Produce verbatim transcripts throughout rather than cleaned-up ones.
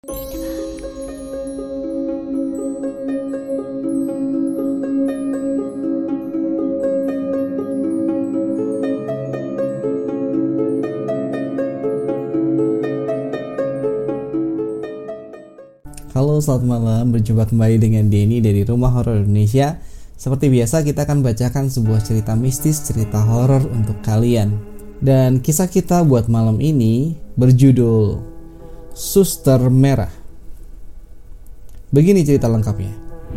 Halo, selamat malam. Berjumpa kembali dengan Denny dari Rumah Horor Indonesia. Seperti biasa, kita akan bacakan sebuah cerita mistis, cerita horor untuk kalian. Dan kisah kita buat malam ini berjudul Suster Merah. Begini cerita lengkapnya.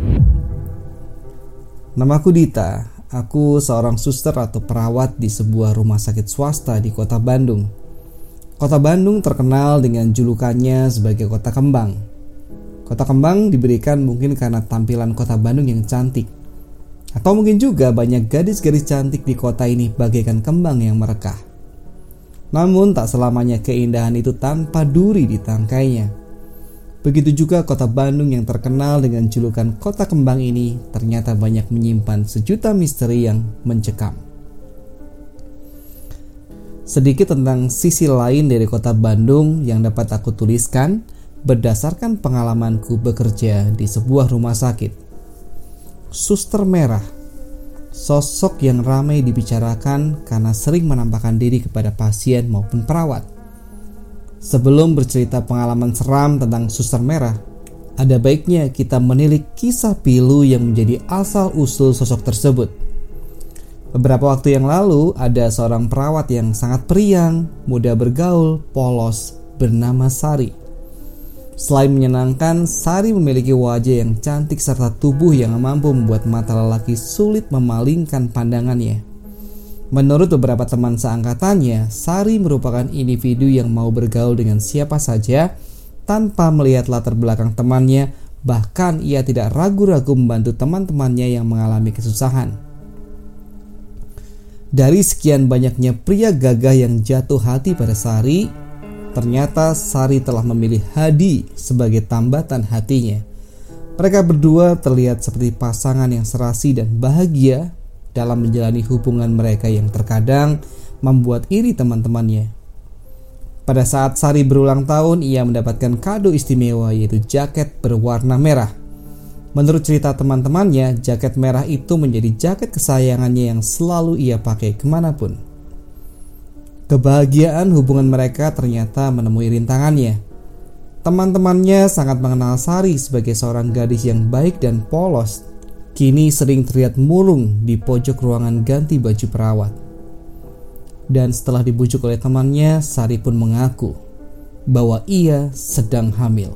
Namaku Dita. Aku seorang suster atau perawat di sebuah rumah sakit swasta di kota Bandung. Kota Bandung terkenal dengan julukannya sebagai kota kembang. Kota kembang diberikan mungkin karena tampilan kota Bandung yang cantik. Atau mungkin juga banyak gadis-gadis cantik di kota ini bagaikan kembang yang merekah. Namun tak selamanya keindahan itu tanpa duri di tangkainya. Begitu juga kota Bandung yang terkenal dengan julukan kota kembang ini ternyata banyak menyimpan sejuta misteri yang mencekam. Sedikit tentang sisi lain dari kota Bandung yang dapat aku tuliskan berdasarkan pengalamanku bekerja di sebuah rumah sakit. Suster Merah, sosok yang ramai dibicarakan karena sering menampakkan diri kepada pasien maupun perawat. Sebelum bercerita pengalaman seram tentang Suster Merah, ada baiknya kita menilik kisah pilu yang menjadi asal-usul sosok tersebut. Beberapa waktu yang lalu, ada seorang perawat yang sangat periang, mudah bergaul, polos, bernama Sari. Selain menyenangkan, Sari memiliki wajah yang cantik serta tubuh yang mampu membuat mata lelaki sulit memalingkan pandangannya. Menurut beberapa teman seangkatannya, Sari merupakan individu yang mau bergaul dengan siapa saja tanpa melihat latar belakang temannya, bahkan ia tidak ragu-ragu membantu teman-temannya yang mengalami kesusahan. Dari sekian banyaknya pria gagah yang jatuh hati pada Sari, ternyata Sari telah memilih Hadi sebagai tambatan hatinya. Mereka berdua terlihat seperti pasangan yang serasi dan bahagia dalam menjalani hubungan mereka yang terkadang membuat iri teman-temannya. Pada saat Sari berulang tahun, ia mendapatkan kado istimewa yaitu jaket berwarna merah. Menurut cerita teman-temannya, jaket merah itu menjadi jaket kesayangannya yang selalu ia pakai kemanapun. Kebahagiaan hubungan mereka ternyata menemui rintangannya. Teman-temannya sangat mengenal Sari sebagai seorang gadis yang baik dan polos. Kini sering terlihat murung di pojok ruangan ganti baju perawat. Dan setelah dibujuk oleh temannya, Sari pun mengaku bahwa ia sedang hamil.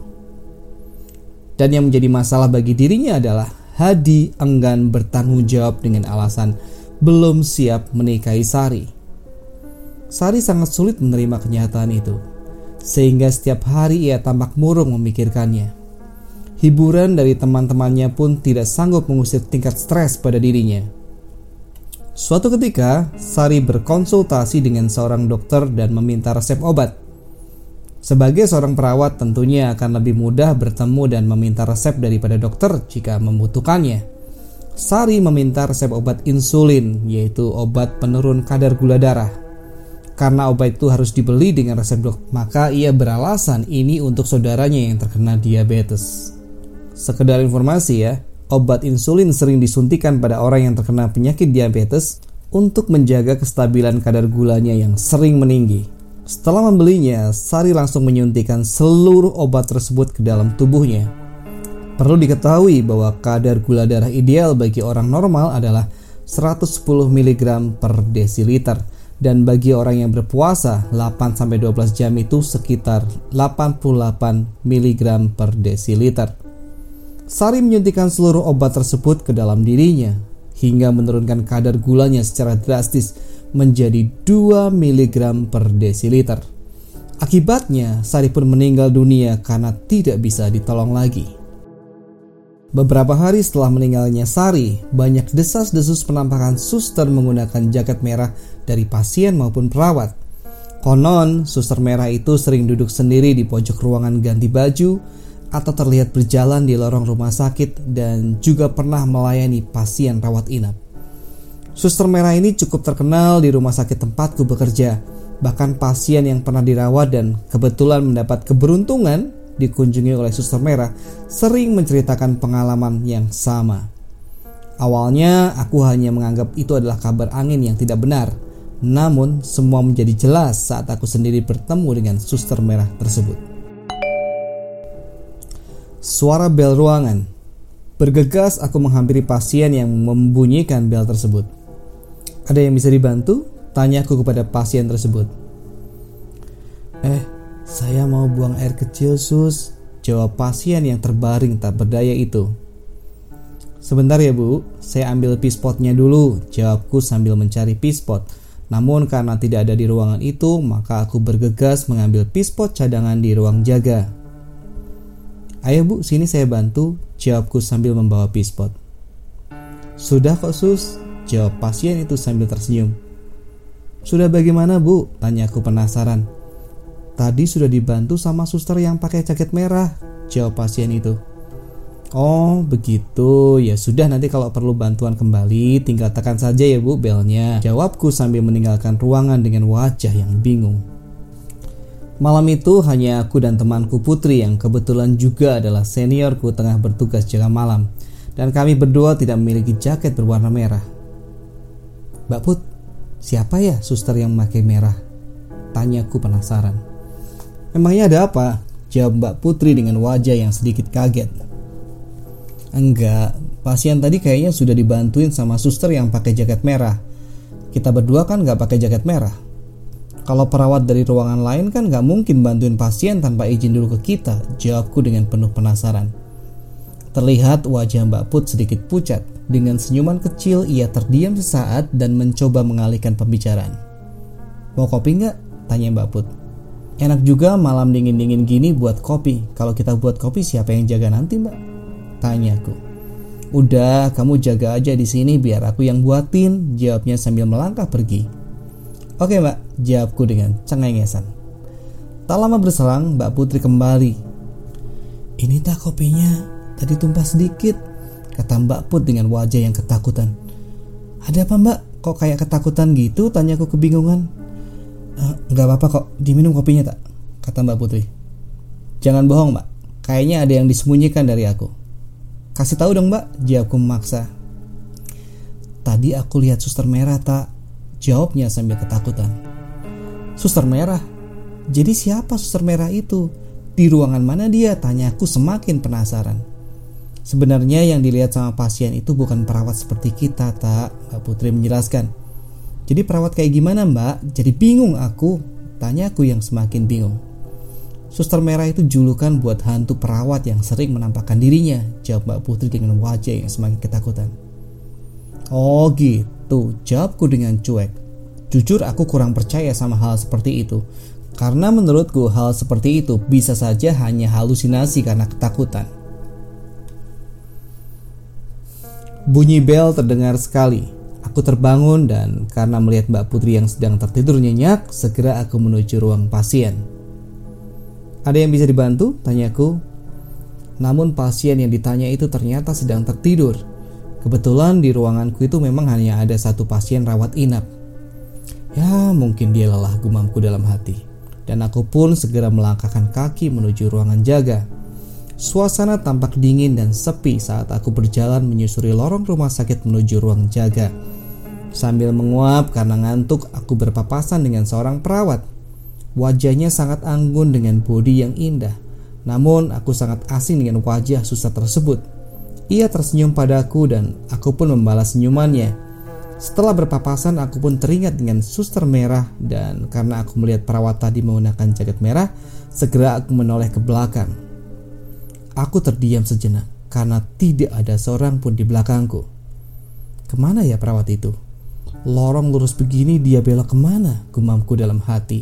Dan yang menjadi masalah bagi dirinya adalah Hadi enggan bertanggung jawab dengan alasan belum siap menikahi Sari. Sari sangat sulit menerima kenyataan itu, sehingga setiap hari ia tampak murung memikirkannya. Hiburan dari teman-temannya pun tidak sanggup mengusir tingkat stres pada dirinya. Suatu ketika, Sari berkonsultasi dengan seorang dokter dan meminta resep obat. Sebagai seorang perawat tentunya akan lebih mudah bertemu dan meminta resep daripada dokter jika membutuhkannya. Sari meminta resep obat insulin, yaitu obat penurun kadar gula darah. Karena obat itu harus dibeli dengan resep dokter, maka ia beralasan ini untuk saudaranya yang terkena diabetes. Sekedar informasi ya, obat insulin sering disuntikan pada orang yang terkena penyakit diabetes untuk menjaga kestabilan kadar gulanya yang sering meninggi. Setelah membelinya, Sari langsung menyuntikkan seluruh obat tersebut ke dalam tubuhnya. Perlu diketahui bahwa kadar gula darah ideal bagi orang normal adalah seratus sepuluh miligram per desiliter. Dan bagi orang yang berpuasa delapan sampai dua belas jam itu sekitar delapan puluh delapan miligram per desiliter. Sari menyuntikkan seluruh obat tersebut ke dalam dirinya hingga menurunkan kadar gulanya secara drastis menjadi dua miligram per desiliter. Akibatnya Sari pun meninggal dunia karena tidak bisa ditolong lagi. Beberapa hari setelah meninggalnya Sari, banyak desas-desus penampakan suster menggunakan jaket merah dari pasien maupun perawat. Konon, suster merah itu sering duduk sendiri di pojok ruangan ganti baju atau terlihat berjalan di lorong rumah sakit dan juga pernah melayani pasien rawat inap. Suster merah ini cukup terkenal di rumah sakit tempatku bekerja. Bahkan pasien yang pernah dirawat dan kebetulan mendapat keberuntungan dikunjungi oleh Suster Merah sering menceritakan pengalaman yang sama. Awalnya aku hanya menganggap itu adalah kabar angin yang tidak benar. Namun semua menjadi jelas saat aku sendiri bertemu dengan Suster Merah tersebut. Suara bel ruangan. Bergegas aku menghampiri pasien yang membunyikan bel tersebut. Ada yang bisa dibantu? Tanyaku kepada pasien tersebut. Eh, saya mau buang air kecil sus, jawab pasien yang terbaring tak berdaya itu. Sebentar ya bu, saya ambil pispotnya dulu, jawabku sambil mencari pispot. Namun karena tidak ada di ruangan itu, maka aku bergegas mengambil pispot cadangan di ruang jaga. Ayo bu, sini saya bantu, jawabku sambil membawa pispot. Sudah kok sus, jawab pasien itu sambil tersenyum. Sudah bagaimana bu? Tanyaku penasaran. Tadi sudah dibantu sama suster yang pakai jaket merah, jawab pasien itu. Oh begitu, ya sudah nanti kalau perlu bantuan kembali tinggal tekan saja ya bu belnya, jawabku sambil meninggalkan ruangan dengan wajah yang bingung. Malam itu hanya aku dan temanku Putri yang kebetulan juga adalah seniorku tengah bertugas jaga malam, dan kami berdua tidak memiliki jaket berwarna merah. Mbak Put, siapa ya suster yang memakai merah? Tanyaku penasaran. Memangnya ada apa? Jawab Mbak Putri dengan wajah yang sedikit kaget. Enggak, pasien tadi kayaknya sudah dibantuin sama suster yang pakai jaket merah. Kita berdua kan gak pakai jaket merah. Kalau perawat dari ruangan lain kan gak mungkin bantuin pasien tanpa izin dulu ke kita, jawabku dengan penuh penasaran. Terlihat wajah Mbak Put sedikit pucat. Dengan senyuman kecil ia terdiam sesaat dan mencoba mengalihkan pembicaraan. Mau kopi gak? Tanya Mbak Put. Enak juga malam dingin-dingin gini buat kopi. Kalau kita buat kopi siapa yang jaga nanti mbak? Tanyaku. Udah, kamu jaga aja di sini biar aku yang buatin, jawabnya sambil melangkah pergi. Oke mbak, jawabku dengan cengengesan. Tak lama berselang, Mbak Putri kembali. Ini tak kopinya, tadi tumpah sedikit, kata Mbak Put dengan wajah yang ketakutan. Ada apa mbak? Kok kayak ketakutan gitu? Tanyaku kebingungan. Enggak apa-apa kok, diminum kopinya tak? Kata Mbak Putri. Jangan bohong mbak, kayaknya ada yang disembunyikan dari aku. Kasih tahu dong mbak, jawabku memaksa. Tadi aku lihat suster merah tak? Jawabnya sambil ketakutan. Suster merah? Jadi siapa suster merah itu? Di ruangan mana dia? Tanyaku semakin penasaran. Sebenarnya yang dilihat sama pasien itu bukan perawat seperti kita tak? Mbak Putri menjelaskan. Jadi perawat kayak gimana mbak? Jadi bingung aku, tanyaku yang semakin bingung. Suster merah itu julukan buat hantu perawat yang sering menampakkan dirinya, jawab Mbak Putri dengan wajah yang semakin ketakutan. Oh gitu, jawabku dengan cuek. Jujur aku kurang percaya sama hal seperti itu, karena menurutku hal seperti itu bisa saja hanya halusinasi karena ketakutan. Bunyi bel terdengar sekali. Aku terbangun dan karena melihat Mbak Putri yang sedang tertidur nyenyak, segera aku menuju ruang pasien. Ada yang bisa dibantu? Tanyaku. Namun pasien yang ditanya itu ternyata sedang tertidur. Kebetulan di ruanganku itu memang hanya ada satu pasien rawat inap. Ya mungkin dia lelah, gumamku dalam hati. Dan aku pun segera melangkahkan kaki menuju ruangan jaga. Suasana tampak dingin dan sepi saat aku berjalan menyusuri lorong rumah sakit menuju ruang jaga. Sambil menguap karena ngantuk, aku berpapasan dengan seorang perawat. Wajahnya sangat anggun dengan bodi yang indah. Namun aku sangat asing dengan wajah suster tersebut. Ia tersenyum padaku dan aku pun membalas senyumannya. Setelah berpapasan aku pun teringat dengan suster merah. Dan karena aku melihat perawat tadi menggunakan jaket merah, segera aku menoleh ke belakang. Aku terdiam sejenak karena tidak ada seorang pun di belakangku. Kemana ya perawat itu? Lorong lurus begini dia belok kemana? Gumamku dalam hati.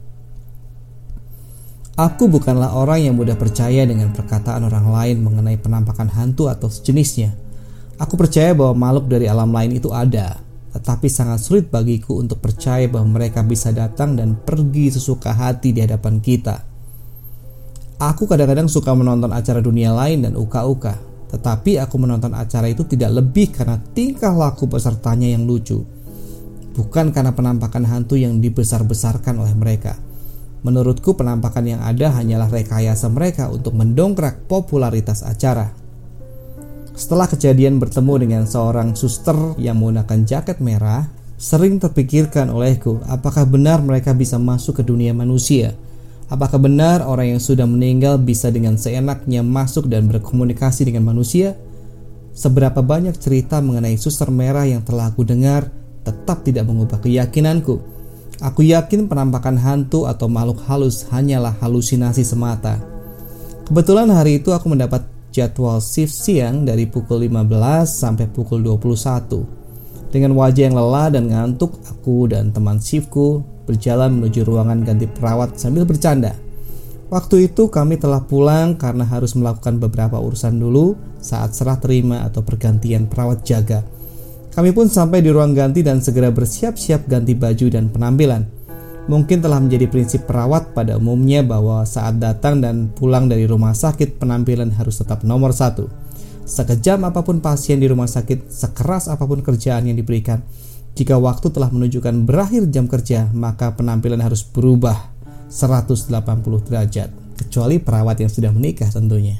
Aku bukanlah orang yang mudah percaya dengan perkataan orang lain mengenai penampakan hantu atau sejenisnya. Aku percaya bahwa makhluk dari alam lain itu ada, tetapi sangat sulit bagiku untuk percaya bahwa mereka bisa datang dan pergi sesuka hati di hadapan kita. Aku kadang-kadang suka menonton acara dunia lain dan uka-uka, tetapi aku menonton acara itu tidak lebih karena tingkah laku pesertanya yang lucu, bukan karena penampakan hantu yang dibesar-besarkan oleh mereka. Menurutku penampakan yang ada hanyalah rekayasa mereka untuk mendongkrak popularitas acara. Setelah kejadian bertemu dengan seorang suster yang menggunakan jaket merah, sering terpikirkan olehku apakah benar mereka bisa masuk ke dunia manusia. Apakah benar orang yang sudah meninggal bisa dengan seenaknya masuk dan berkomunikasi dengan manusia? Seberapa banyak cerita mengenai suster merah yang telah aku dengar tetap tidak mengubah keyakinanku. Aku yakin penampakan hantu atau makhluk halus hanyalah halusinasi semata. Kebetulan hari itu aku mendapat jadwal shift siang dari pukul lima belas sampai pukul dua puluh satu. Dengan wajah yang lelah dan ngantuk, aku dan teman shiftku berjalan menuju ruangan ganti perawat sambil bercanda. Waktu itu kami telah pulang karena harus melakukan beberapa urusan dulu saat serah terima atau pergantian perawat jaga. Kami pun sampai di ruang ganti dan segera bersiap-siap ganti baju dan penampilan. Mungkin telah menjadi prinsip perawat pada umumnya bahwa saat datang dan pulang dari rumah sakit, penampilan harus tetap nomor satu. Sekejam apapun pasien di rumah sakit, sekeras apapun kerjaan yang diberikan, jika waktu telah menunjukkan berakhir jam kerja, maka penampilan harus berubah seratus delapan puluh derajat. Kecuali perawat yang sudah menikah tentunya.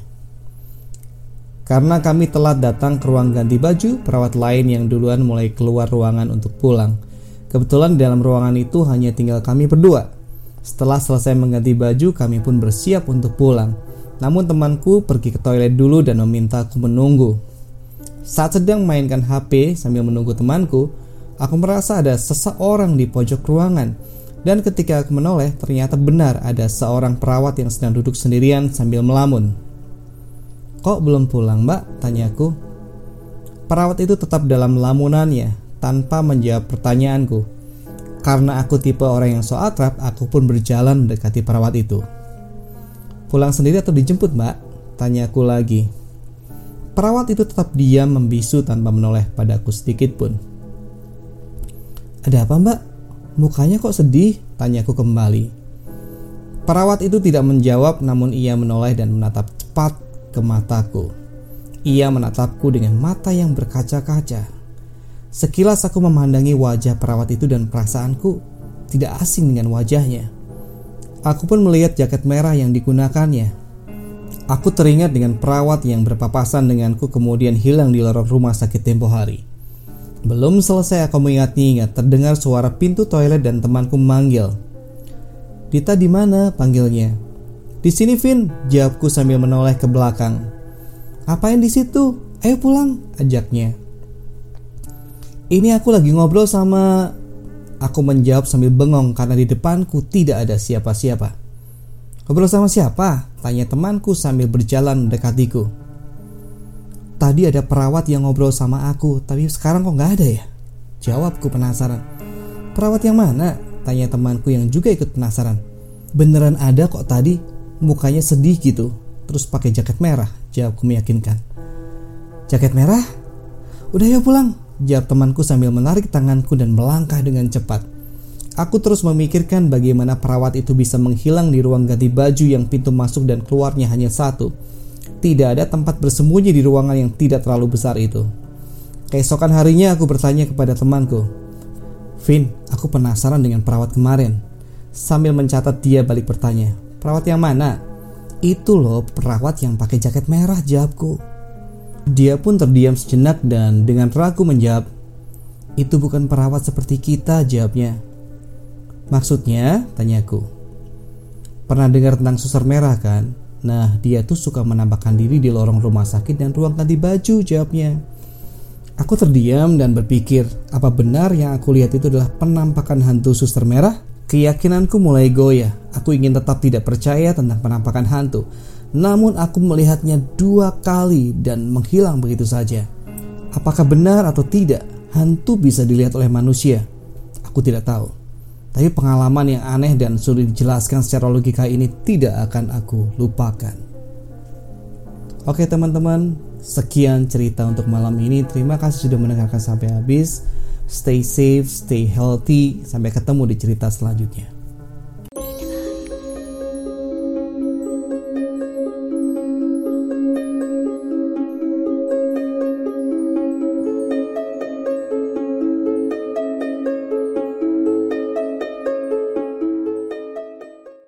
Karena kami telat datang ke ruang ganti baju, perawat lain yang duluan mulai keluar ruangan untuk pulang. Kebetulan di dalam ruangan itu hanya tinggal kami berdua. Setelah selesai mengganti baju, kami pun bersiap untuk pulang. Namun temanku pergi ke toilet dulu dan meminta aku menunggu. Saat sedang mainkan H P sambil menunggu temanku, aku merasa ada seseorang di pojok ruangan. Dan ketika aku menoleh, ternyata benar ada seorang perawat yang sedang duduk sendirian sambil melamun. "Kok belum pulang, Mbak?" tanyaku. Perawat itu tetap dalam lamunannya tanpa menjawab pertanyaanku. Karena aku tipe orang yang so akrab, aku pun berjalan mendekati perawat itu. "Pulang sendiri atau dijemput, Mbak?" tanyaku lagi. Perawat itu tetap diam membisu tanpa menoleh padaku sedikit pun. "Ada apa, Mbak? Mukanya kok sedih?" tanyaku kembali. Perawat itu tidak menjawab, namun ia menoleh dan menatap cepat ke mataku. Ia menatapku dengan mata yang berkaca-kaca. Sekilas aku memandangi wajah perawat itu dan perasaanku tidak asing dengan wajahnya. Aku pun melihat jaket merah yang digunakannya. Aku teringat dengan perawat yang berpapasan denganku kemudian hilang di lorong rumah sakit tempo hari. Belum selesai aku mengingat-ingat, terdengar suara pintu toilet dan temanku memanggil. "Dita di mana?" panggilnya. "Di sini, Vin," jawabku sambil menoleh ke belakang. "Ngapain di situ? Ayo pulang," ajaknya. "Ini aku lagi ngobrol sama..." Aku menjawab sambil bengong karena di depanku tidak ada siapa-siapa. "Ngobrol sama siapa?" tanya temanku sambil berjalan mendekatiku. "Tadi ada perawat yang ngobrol sama aku, tapi sekarang kok gak ada ya?" jawabku penasaran. "Perawat yang mana?" tanya temanku yang juga ikut penasaran. "Beneran ada kok tadi. Mukanya sedih gitu, terus pakai jaket merah," jawabku meyakinkan. "Jaket merah? Udah yuk pulang," jawab temanku sambil menarik tanganku dan melangkah dengan cepat. Aku terus memikirkan bagaimana perawat itu bisa menghilang di ruang ganti baju yang pintu masuk dan keluarnya hanya satu. Tidak ada tempat bersembunyi di ruangan yang tidak terlalu besar itu. Keesokan harinya aku bertanya kepada temanku, "Vin, aku penasaran dengan perawat kemarin." Sambil mencatat dia balik bertanya, "Perawat yang mana?" "Itu loh perawat yang pakai jaket merah," jawabku. Dia pun terdiam sejenak dan dengan ragu menjawab, "Itu bukan perawat seperti kita," jawabnya. "Maksudnya?" tanyaku. "Pernah dengar tentang suster merah kan? Nah, dia tuh suka menampakkan diri di lorong rumah sakit dan ruang ganti baju," jawabnya. Aku terdiam dan berpikir, apa benar yang aku lihat itu adalah penampakan hantu suster merah? Keyakinanku mulai goyah. Aku ingin tetap tidak percaya tentang penampakan hantu. Namun aku melihatnya dua kali dan menghilang begitu saja. Apakah benar atau tidak hantu bisa dilihat oleh manusia? Aku tidak tahu. Tapi pengalaman yang aneh dan sulit dijelaskan secara logika ini tidak akan aku lupakan. Oke teman-teman, sekian cerita untuk malam ini. Terima kasih sudah mendengarkan sampai habis. Stay safe, stay healthy. Sampai ketemu di cerita selanjutnya.